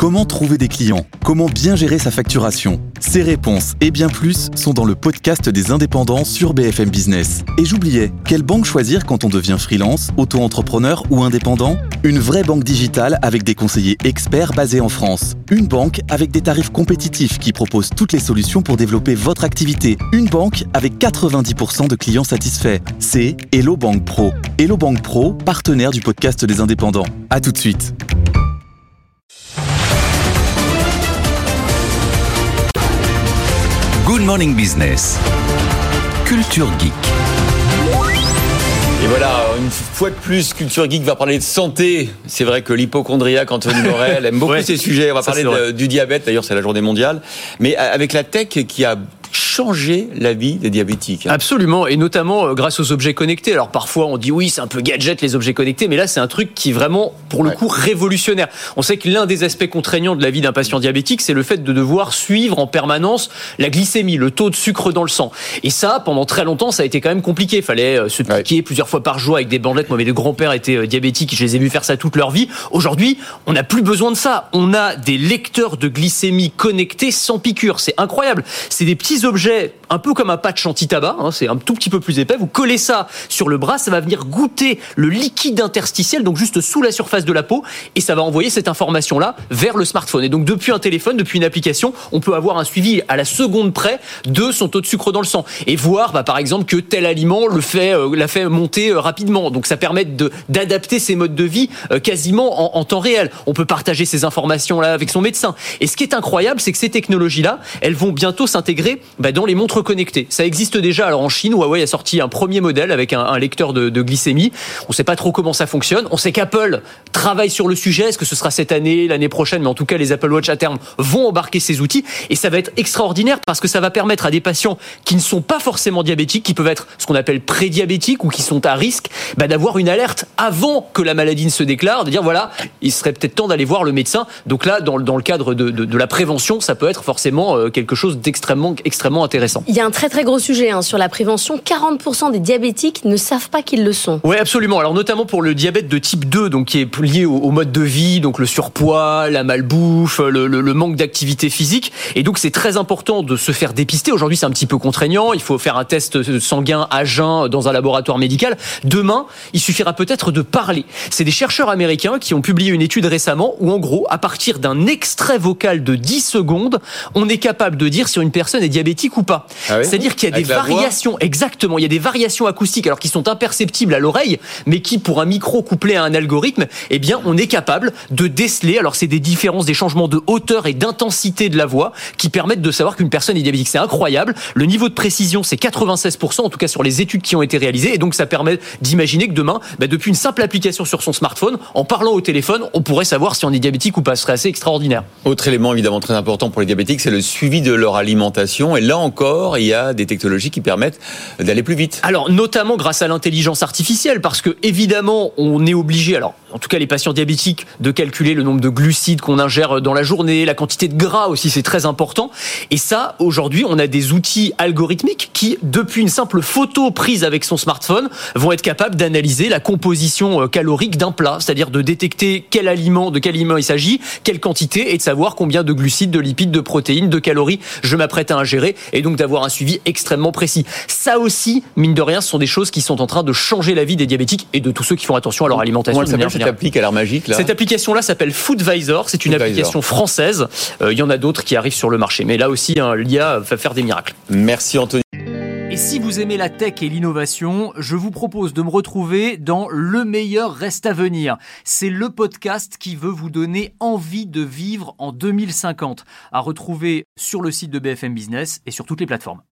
Comment trouver des clients ? Comment bien gérer sa facturation ? Ces réponses et bien plus sont dans le podcast des indépendants sur BFM Business. Et j'oubliais, quelle banque choisir quand on devient freelance, auto-entrepreneur ou indépendant ? Une vraie banque digitale avec des conseillers experts basés en France. Une banque avec des tarifs compétitifs qui propose toutes les solutions pour développer votre activité. Une banque avec 90% de clients satisfaits. C'est Hello Bank Pro. Hello Bank Pro, partenaire du podcast des indépendants. À tout de suite. Good Morning Business. Culture Geek. Et voilà, une fois de plus, Culture Geek va parler de santé. C'est vrai que l'hypocondriaque Anthony Morel aime beaucoup ces sujets. On va parler du diabète, d'ailleurs c'est la journée mondiale. Mais avec la tech qui a changer la vie des diabétiques. Absolument, et notamment grâce aux objets connectés. Alors parfois on dit oui, c'est un peu gadget les objets connectés, mais là c'est un truc qui est vraiment pour le coup révolutionnaire. On sait que l'un des aspects contraignants de la vie d'un patient diabétique, c'est le fait de devoir suivre en permanence la glycémie, le taux de sucre dans le sang. Et ça, pendant très longtemps, ça a été quand même compliqué. Il fallait se piquer plusieurs fois par jour avec des bandelettes. Moi, mes deux grands-pères étaient diabétiques, je les ai vus faire ça toute leur vie. Aujourd'hui, on n'a plus besoin de ça. On a des lecteurs de glycémie connectés sans piqûre. C'est incroyable. C'est des petits objets un peu comme un patch anti-tabac, c'est un tout petit peu plus épais, vous collez ça sur le bras, ça va venir goûter le liquide interstitiel, donc juste sous la surface de la peau, et ça va envoyer cette information-là vers le smartphone. Et donc depuis un téléphone, depuis une application, on peut avoir un suivi à la seconde près de son taux de sucre dans le sang, et voir par exemple que tel aliment l'a fait monter rapidement. Donc ça permet d'adapter ses modes de vie quasiment en temps réel. On peut partager ces informations-là avec son médecin. Et ce qui est incroyable, c'est que ces technologies-là, elles vont bientôt s'intégrer dans les montres connectées. Ça existe déjà. Alors en Chine, Huawei a sorti un premier modèle avec un lecteur de glycémie. On ne sait pas trop comment ça fonctionne. On sait qu'Apple travaille sur le sujet. Est-ce que ce sera cette année, l'année prochaine? Mais en tout cas, les Apple Watch à terme vont embarquer ces outils. Et ça va être extraordinaire parce que ça va permettre à des patients qui ne sont pas forcément diabétiques, qui peuvent être ce qu'on appelle prédiabétiques ou qui sont à risque, d'avoir une alerte avant que la maladie ne se déclare, de dire voilà, il serait peut-être temps d'aller voir le médecin. Donc là, dans le cadre de la prévention, ça peut être forcément quelque chose d'extrêmement intéressant. Il y a un très très gros sujet sur la prévention. 40% des diabétiques ne savent pas qu'ils le sont. Oui, absolument. Alors notamment pour le diabète de type 2, donc qui est lié au mode de vie, donc le surpoids, la malbouffe, le manque d'activité physique. Et donc c'est très important de se faire dépister. Aujourd'hui, c'est un petit peu contraignant. Il faut faire un test sanguin à jeun dans un laboratoire médical. Demain, il suffira peut-être de parler. C'est des chercheurs américains qui ont publié une étude récemment où en gros, à partir d'un extrait vocal de 10 secondes, on est capable de dire si une personne est diabétique ou pas. Ah oui, c'est-à-dire qu'il y a des variations, exactement, il y a des variations acoustiques alors qui sont imperceptibles à l'oreille, mais qui pour un micro couplé à un algorithme, eh bien on est capable de déceler. Alors c'est des différences, des changements de hauteur et d'intensité de la voix qui permettent de savoir qu'une personne est diabétique. C'est incroyable. Le niveau de précision, c'est 96%, en tout cas sur les études qui ont été réalisées, et donc ça permet d'imaginer que demain, depuis une simple application sur son smartphone, en parlant au téléphone, on pourrait savoir si on est diabétique ou pas. Ce serait assez extraordinaire. Autre élément évidemment très important pour les diabétiques, c'est le suivi de leur alimentation. Et là encore, il y a des technologies qui permettent d'aller plus vite. Alors, notamment grâce à l'intelligence artificielle, parce que, évidemment, on est obligé, alors, en tout cas, les patients diabétiques, de calculer le nombre de glucides qu'on ingère dans la journée, la quantité de gras aussi, c'est très important. Et ça, aujourd'hui, on a des outils algorithmiques qui, depuis une simple photo prise avec son smartphone, vont être capables d'analyser la composition calorique d'un plat, c'est-à-dire de détecter de quel aliment il s'agit, quelle quantité, et de savoir combien de glucides, de lipides, de protéines, de calories je m'apprête à ingérer, et donc d'avoir un suivi extrêmement précis. Ça aussi, mine de rien, ce sont des choses qui sont en train de changer la vie des diabétiques et de tous ceux qui font attention à leur alimentation. Comment elle s'appelle cette appli qui a l'air magique là ? Cette application-là s'appelle Foodvisor. C'est une application française. Il y en a d'autres qui arrivent sur le marché. Mais là aussi, l'IA va faire des miracles. Merci Anthony. Et si vous aimez la tech et l'innovation, je vous propose de me retrouver dans Le meilleur reste à venir. C'est le podcast qui veut vous donner envie de vivre en 2050. À retrouver sur le site de BFM Business et sur toutes les plateformes.